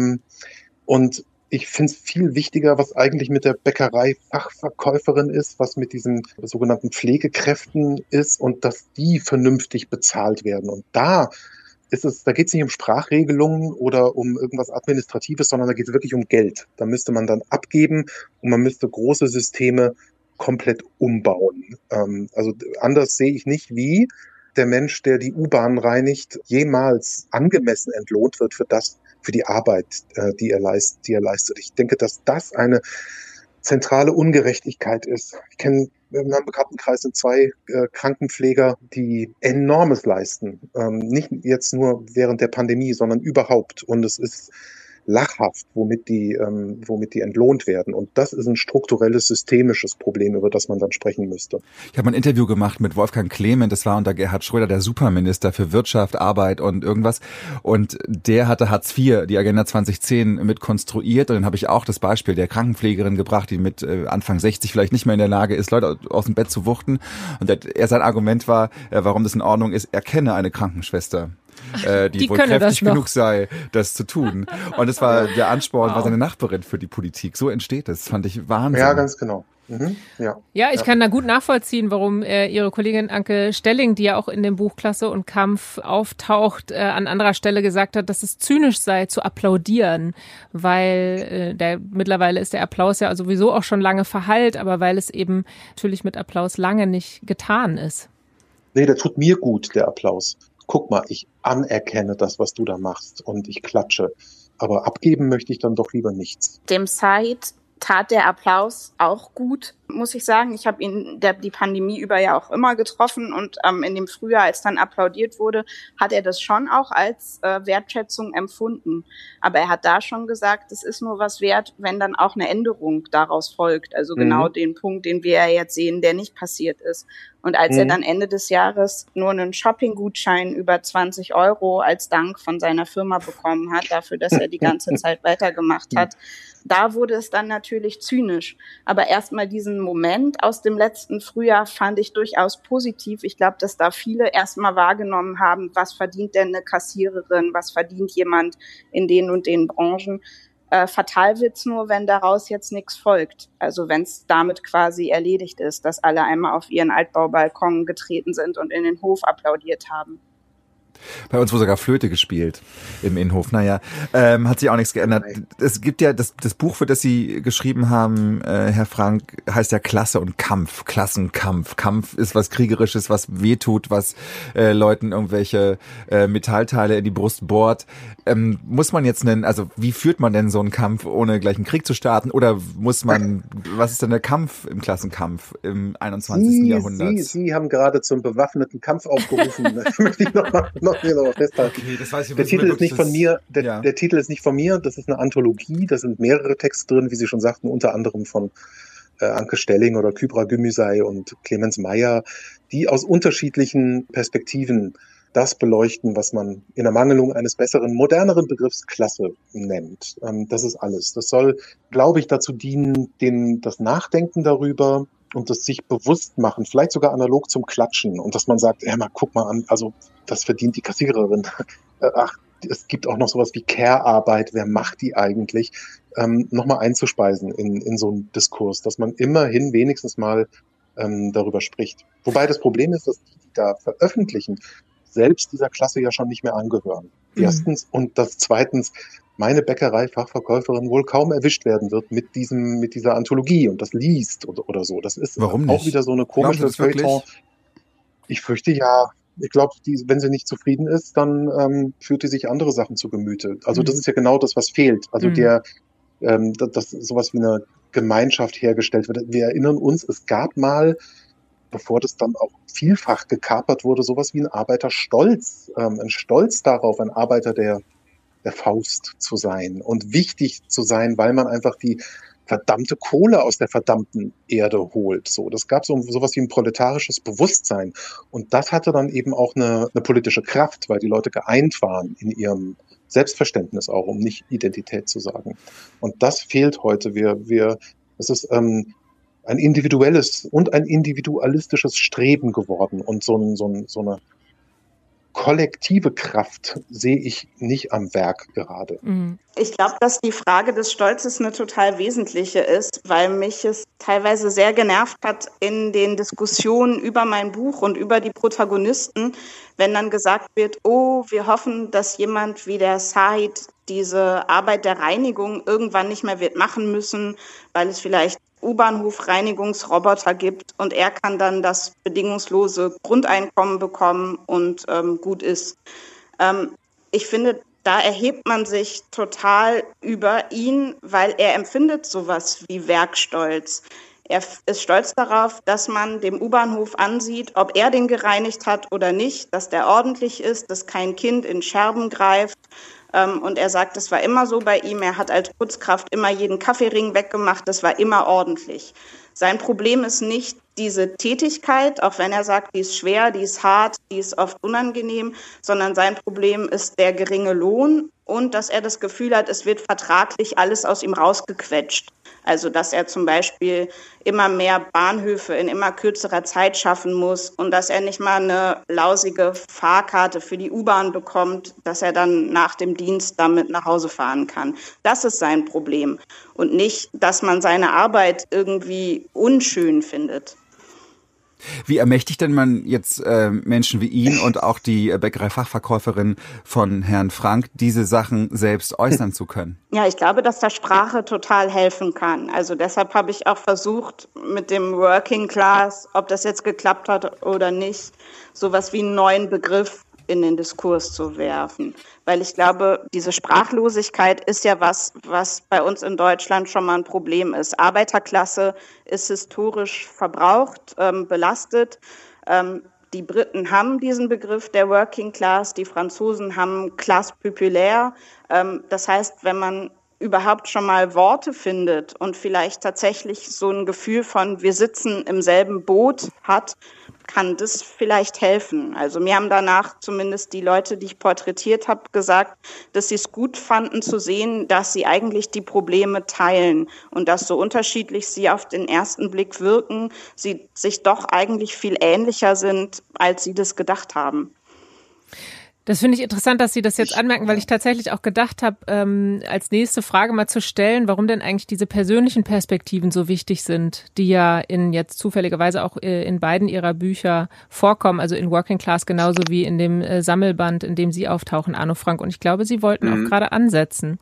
und ich finde es viel wichtiger, was eigentlich mit der Bäckerei-Fachverkäuferin ist, was mit diesen sogenannten Pflegekräften ist und dass die vernünftig bezahlt werden. Und da geht es nicht um Sprachregelungen oder um irgendwas Administratives, sondern da geht es wirklich um Geld. Da müsste man dann abgeben und man müsste große Systeme komplett umbauen. Also anders sehe ich nicht, wie der Mensch, der die U-Bahn reinigt, jemals angemessen entlohnt wird für die Arbeit, die er leistet. Ich denke, dass das eine zentrale Ungerechtigkeit ist. Ich kenne in meinem Bekanntenkreis sind 2 Krankenpfleger, die Enormes leisten. Nicht jetzt nur während der Pandemie, sondern überhaupt. Und es ist lachhaft, womit die entlohnt werden. Und das ist ein strukturelles, systemisches Problem, über das man dann sprechen müsste. Ich habe ein Interview gemacht mit Wolfgang Clement, das war unter Gerhard Schröder der Superminister für Wirtschaft, Arbeit und irgendwas. Und der hatte Hartz IV, die Agenda 2010, mit konstruiert. Und dann habe ich auch das Beispiel der Krankenpflegerin gebracht, die mit Anfang 60 vielleicht nicht mehr in der Lage ist, Leute aus dem Bett zu wuchten. Und sein Argument war, warum das in Ordnung ist, er kenne eine Krankenschwester. Die wohl kräftig genug sei, das zu tun. Und es war der Ansporn, war seine Nachbarin für die Politik. So entsteht es. Fand ich Wahnsinn. Ja, ganz genau. Ja, ich kann da gut nachvollziehen, warum Ihre Kollegin Anke Stelling, die ja auch in dem Buch Klasse und Kampf auftaucht, an anderer Stelle gesagt hat, dass es zynisch sei, zu applaudieren, weil mittlerweile ist der Applaus ja sowieso auch schon lange verhallt, aber weil es eben natürlich mit Applaus lange nicht getan ist. Nee, der tut mir gut, der Applaus. Guck mal, ich anerkenne das, was du da machst und ich klatsche. Aber abgeben möchte ich dann doch lieber nichts. Dem Said tat der Applaus auch gut, muss ich sagen. Ich habe ihn die Pandemie über ja auch immer getroffen und in dem Frühjahr, als dann applaudiert wurde, hat er das schon auch als Wertschätzung empfunden. Aber er hat da schon gesagt, es ist nur was wert, wenn dann auch eine Änderung daraus folgt. Also genau den Punkt, den wir ja jetzt sehen, der nicht passiert ist. Und als er dann Ende des Jahres nur einen Shopping-Gutschein über 20 € als Dank von seiner Firma bekommen hat, dafür, dass er die ganze Zeit weitergemacht hat, da wurde es dann natürlich zynisch. Aber erstmal diesen Moment aus dem letzten Frühjahr fand ich durchaus positiv. Ich glaube, dass da viele erstmal wahrgenommen haben, was verdient denn eine Kassiererin, was verdient jemand in den und den Branchen. Fatal wird's nur, wenn daraus jetzt nichts folgt. Also wenn es damit quasi erledigt ist, dass alle einmal auf ihren Altbaubalkon getreten sind und in den Hof applaudiert haben. Bei uns wurde sogar Flöte gespielt im Innenhof. Naja, hat sich auch nichts geändert. Es gibt ja das Buch, für das Sie geschrieben haben, Herr Frank, heißt ja Klasse und Kampf. Klassenkampf. Kampf ist was Kriegerisches, was wehtut, was Leuten irgendwelche Metallteile in die Brust bohrt. Muss man jetzt wie führt man denn so einen Kampf, ohne gleich einen Krieg zu starten? Oder was ist denn der Kampf im Klassenkampf im 21. Jahrhundert? Sie haben gerade zum bewaffneten Kampf aufgerufen. Das möchte ich noch festhalten. Okay, das weiß ich, der Titel ist nicht von mir. Der Titel ist nicht von mir. Das ist eine Anthologie. Da sind mehrere Texte drin, wie Sie schon sagten, unter anderem von Anke Stelling oder Kübra Gümüşay und Clemens Meyer, die aus unterschiedlichen Perspektiven das beleuchten, was man in Ermangelung eines besseren, moderneren Begriffs Klasse nennt. Das ist alles. Das soll, glaube ich, dazu dienen, das Nachdenken darüber und das sich bewusst machen, vielleicht sogar analog zum Klatschen und dass man sagt, mal guck mal an, also das verdient die Kassiererin. Ach, es gibt auch noch sowas wie Care-Arbeit, wer macht die eigentlich? Nochmal einzuspeisen in so einen Diskurs, dass man immerhin wenigstens mal darüber spricht. Wobei das Problem ist, dass die da veröffentlichen, selbst dieser Klasse ja schon nicht mehr angehören. Erstens und das zweitens, meine Bäckerei-Fachverkäuferin wohl kaum erwischt werden wird mit dieser Anthologie und das liest oder so. Das ist Warum auch nicht? wieder so eine komische Feuilleton. Ich fürchte ja, ich glaube, wenn sie nicht zufrieden ist, dann führt die sich andere Sachen zu Gemüte. Also das ist ja genau das, was fehlt. Also dass sowas wie eine Gemeinschaft hergestellt wird. Wir erinnern uns, es gab mal, bevor das dann auch vielfach gekapert wurde, sowas wie ein Arbeiterstolz, ein Stolz darauf, ein Arbeiter der Faust zu sein und wichtig zu sein, weil man einfach die verdammte Kohle aus der verdammten Erde holt. So, das gab sowas wie ein proletarisches Bewusstsein. Und das hatte dann eben auch eine politische Kraft, weil die Leute geeint waren in ihrem Selbstverständnis auch, um nicht Identität zu sagen. Und das fehlt heute. Es ist ein individuelles und ein individualistisches Streben geworden. Und so eine kollektive Kraft sehe ich nicht am Werk gerade. Ich glaube, dass die Frage des Stolzes eine total wesentliche ist, weil mich es teilweise sehr genervt hat in den Diskussionen über mein Buch und über die Protagonisten, wenn dann gesagt wird, oh, wir hoffen, dass jemand wie der Said diese Arbeit der Reinigung irgendwann nicht mehr wird machen müssen, weil es vielleicht U-Bahnhof-Reinigungsroboter gibt und er kann dann das bedingungslose Grundeinkommen bekommen und gut ist. Ich finde, da erhebt man sich total über ihn, weil er empfindet sowas wie Werkstolz. Er ist stolz darauf, dass man dem U-Bahnhof ansieht, ob er den gereinigt hat oder nicht, dass der ordentlich ist, dass kein Kind in Scherben greift. Und er sagt, es war immer so bei ihm, er hat als Putzkraft immer jeden Kaffeering weggemacht, das war immer ordentlich. Sein Problem ist nicht diese Tätigkeit, auch wenn er sagt, die ist schwer, die ist hart, die ist oft unangenehm, sondern sein Problem ist der geringe Lohn und dass er das Gefühl hat, es wird vertraglich alles aus ihm rausgequetscht. Also dass er zum Beispiel immer mehr Bahnhöfe in immer kürzerer Zeit schaffen muss und dass er nicht mal eine lausige Fahrkarte für die U-Bahn bekommt, dass er dann nach dem Dienst damit nach Hause fahren kann. Das ist sein Problem und nicht, dass man seine Arbeit irgendwie unschön findet. Wie ermächtigt denn man jetzt Menschen wie ihn und auch die Bäckerei-Fachverkäuferin von Herrn Frank, diese Sachen selbst äußern zu können? Ja, ich glaube, dass da Sprache total helfen kann. Also deshalb habe ich auch versucht, mit dem Working Class, ob das jetzt geklappt hat oder nicht, sowas wie einen neuen Begriff in den Diskurs zu werfen. Weil ich glaube, diese Sprachlosigkeit ist ja was bei uns in Deutschland schon mal ein Problem ist. Arbeiterklasse ist historisch verbraucht, belastet. Die Briten haben diesen Begriff der Working Class, die Franzosen haben Classe populaire. Das heißt, wenn man überhaupt schon mal Worte findet und vielleicht tatsächlich so ein Gefühl von wir sitzen im selben Boot hat, kann das vielleicht helfen. Also mir haben danach zumindest die Leute, die ich porträtiert habe, gesagt, dass sie es gut fanden zu sehen, dass sie eigentlich die Probleme teilen und dass so unterschiedlich sie auf den ersten Blick wirken, sie sich doch eigentlich viel ähnlicher sind, als sie das gedacht haben. Das finde ich interessant, dass Sie das jetzt anmerken, weil ich tatsächlich auch gedacht habe, als nächste Frage mal zu stellen, warum denn eigentlich diese persönlichen Perspektiven so wichtig sind, die ja jetzt zufälligerweise auch in beiden Ihrer Bücher vorkommen, also in Working Class genauso wie in dem Sammelband, in dem Sie auftauchen, Arno Frank. Und ich glaube, Sie wollten auch gerade ansetzen.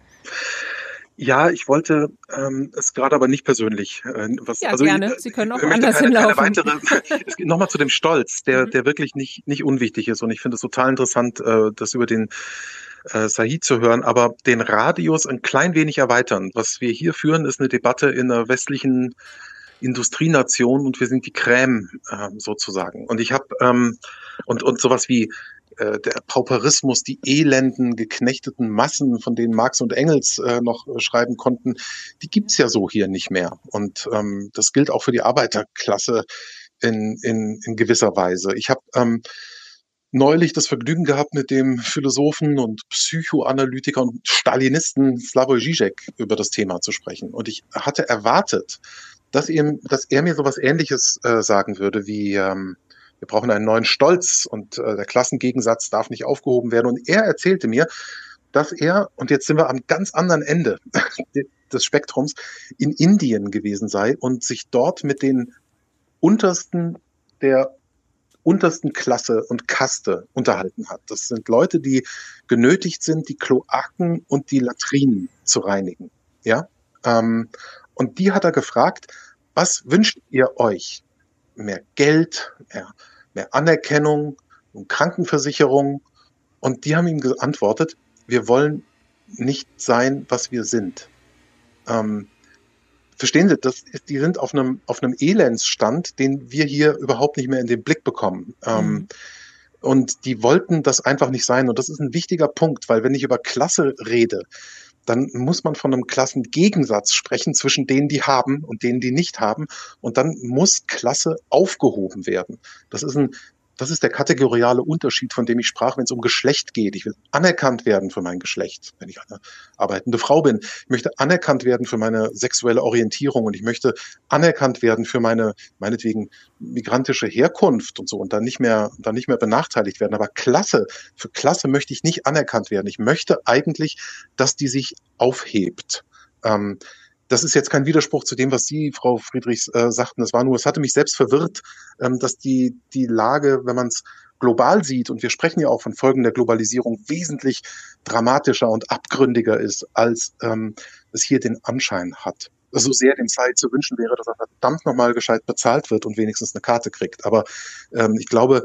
Ja, ich wollte es gerade aber nicht persönlich. Gerne. Sie können auch anders hinlaufen. Nochmal zu dem Stolz, der wirklich nicht unwichtig ist. Und ich finde es total interessant, das über den Said zu hören, aber den Radius ein klein wenig erweitern. Was wir hier führen, ist eine Debatte in einer westlichen Industrienation und wir sind die Crème sozusagen. Und ich habe und sowas wie der Pauperismus, die elenden, geknechteten Massen, von denen Marx und Engels noch schreiben konnten, die gibt's ja so hier nicht mehr. Und das gilt auch für die Arbeiterklasse in gewisser Weise. Ich habe neulich das Vergnügen gehabt, mit dem Philosophen und Psychoanalytiker und Stalinisten Slavoj Žižek über das Thema zu sprechen. Und ich hatte erwartet, dass er mir sowas Ähnliches sagen würde wie, wir brauchen einen neuen Stolz und der Klassengegensatz darf nicht aufgehoben werden. Und er erzählte mir, dass er, und jetzt sind wir am ganz anderen Ende des Spektrums, in Indien gewesen sei und sich dort mit den Untersten der untersten Klasse und Kaste unterhalten hat. Das sind Leute, die genötigt sind, die Kloaken und die Latrinen zu reinigen. Ja? Und die hat er gefragt, was wünscht ihr euch? Mehr Geld, mehr Anerkennung, Krankenversicherung? Und die haben ihm geantwortet, wir wollen nicht sein, was wir sind. Verstehen Sie, die sind auf einem Elendsstand, den wir hier überhaupt nicht mehr in den Blick bekommen. Und die wollten das einfach nicht sein. Und das ist ein wichtiger Punkt, weil wenn ich über Klasse rede, dann muss man von einem Klassengegensatz sprechen zwischen denen, die haben und denen, die nicht haben. Und dann muss Klasse aufgehoben werden. Das ist der kategoriale Unterschied, von dem ich sprach, wenn es um Geschlecht geht. Ich will anerkannt werden für mein Geschlecht, wenn ich eine arbeitende Frau bin. Ich möchte anerkannt werden für meine sexuelle Orientierung und ich möchte anerkannt werden für meine, meinetwegen, migrantische Herkunft und so und dann nicht mehr benachteiligt werden. Aber für Klasse möchte ich nicht anerkannt werden. Ich möchte eigentlich, dass die sich aufhebt. Das ist jetzt kein Widerspruch zu dem, was Sie, Frau Friedrichs, sagten. Es hatte mich selbst verwirrt, dass die Lage, wenn man es global sieht, und wir sprechen ja auch von Folgen der Globalisierung, wesentlich dramatischer und abgründiger ist, als es hier den Anschein hat. So sehr dem Said zu wünschen wäre, dass er verdammt nochmal gescheit bezahlt wird und wenigstens eine Karte kriegt. Aber ich glaube,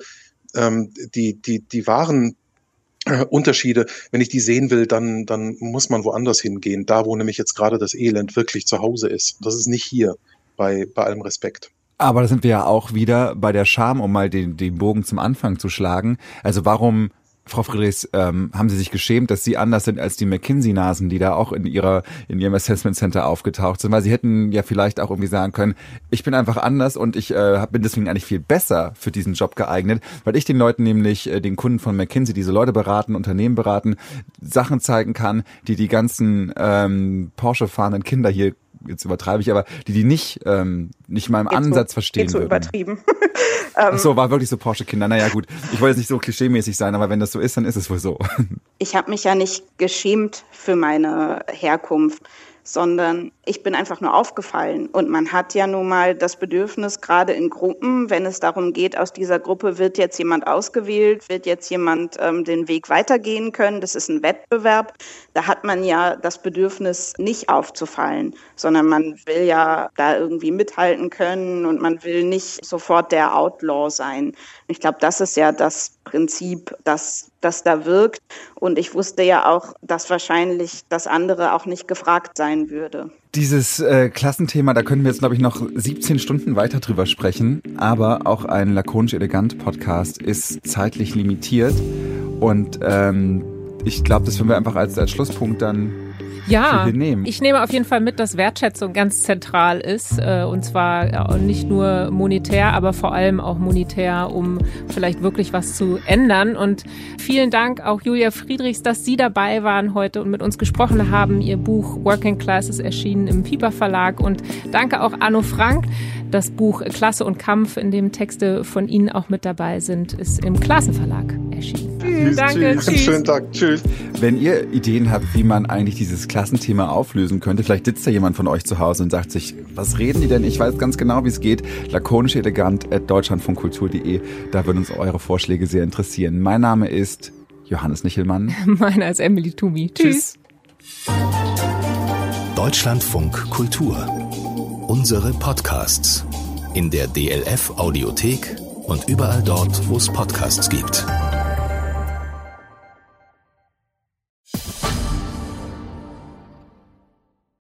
die wahren Unterschiede, wenn ich die sehen will, dann muss man woanders hingehen, da wo nämlich jetzt gerade das Elend wirklich zu Hause ist. Das ist nicht hier, bei allem Respekt. Aber da sind wir ja auch wieder bei der Scham, um mal den Bogen zum Anfang zu schlagen. Also warum, Frau Friedrichs, haben Sie sich geschämt, dass Sie anders sind als die McKinsey-Nasen, die da auch in Ihrem Assessment Center aufgetaucht sind? Weil Sie hätten ja vielleicht auch irgendwie sagen können, ich bin einfach anders und ich bin deswegen eigentlich viel besser für diesen Job geeignet, weil ich den Leuten nämlich, den Kunden von McKinsey, diese Leute beraten, Unternehmen beraten, Sachen zeigen kann, die ganzen Porsche-fahrenden Kinder hier, jetzt übertreibe ich, aber die nicht mal im Ansatz verstehen würden. So übertrieben. Ach so, war wirklich so Porsche-Kinder. Naja gut, ich wollte jetzt nicht so klischeemäßig sein, aber wenn das so ist, dann ist es wohl so. Ich habe mich ja nicht geschämt für meine Herkunft, sondern ich bin einfach nur aufgefallen. Und man hat ja nun mal das Bedürfnis, gerade in Gruppen, wenn es darum geht, aus dieser Gruppe wird jetzt jemand ausgewählt, wird jetzt jemand den Weg weitergehen können, das ist ein Wettbewerb, da hat man ja das Bedürfnis, nicht aufzufallen, sondern man will ja da irgendwie mithalten können und man will nicht sofort der Outlaw sein. Ich glaube, das ist ja das Prinzip, das da wirkt. Und ich wusste ja auch, dass wahrscheinlich das andere auch nicht gefragt sein würde. Dieses Klassenthema, da können wir jetzt, glaube ich, noch 17 Stunden weiter drüber sprechen. Aber auch ein lakonisch-elegant-Podcast ist zeitlich limitiert. Und ich glaube, das würden wir einfach als Schlusspunkt dann nehmen. Ich nehme auf jeden Fall mit, dass Wertschätzung ganz zentral ist. Und zwar nicht nur monetär, aber vor allem auch monetär, um vielleicht wirklich was zu ändern. Und vielen Dank auch Julia Friedrichs, dass Sie dabei waren heute und mit uns gesprochen haben. Ihr Buch Working Class ist erschienen im Piper Verlag. Und danke auch Arno Frank. Das Buch Klasse und Kampf, in dem Texte von Ihnen auch mit dabei sind, ist im Klassenverlag erschienen. Danke, tschüss. Schönen Tag, tschüss. Wenn ihr Ideen habt, wie man eigentlich dieses Klassenthema auflösen könnte, vielleicht sitzt da jemand von euch zu Hause und sagt sich, was reden die denn? Ich weiß ganz genau, wie es geht. lakonischelegant@deutschlandfunkkultur.de. Da würden uns eure Vorschläge sehr interessieren. Mein Name ist Johannes Nichelmann. Meiner ist Emily Tumi. Tschüss. Deutschlandfunk Kultur. Unsere Podcasts in der DLF Audiothek und überall dort, wo es Podcasts gibt.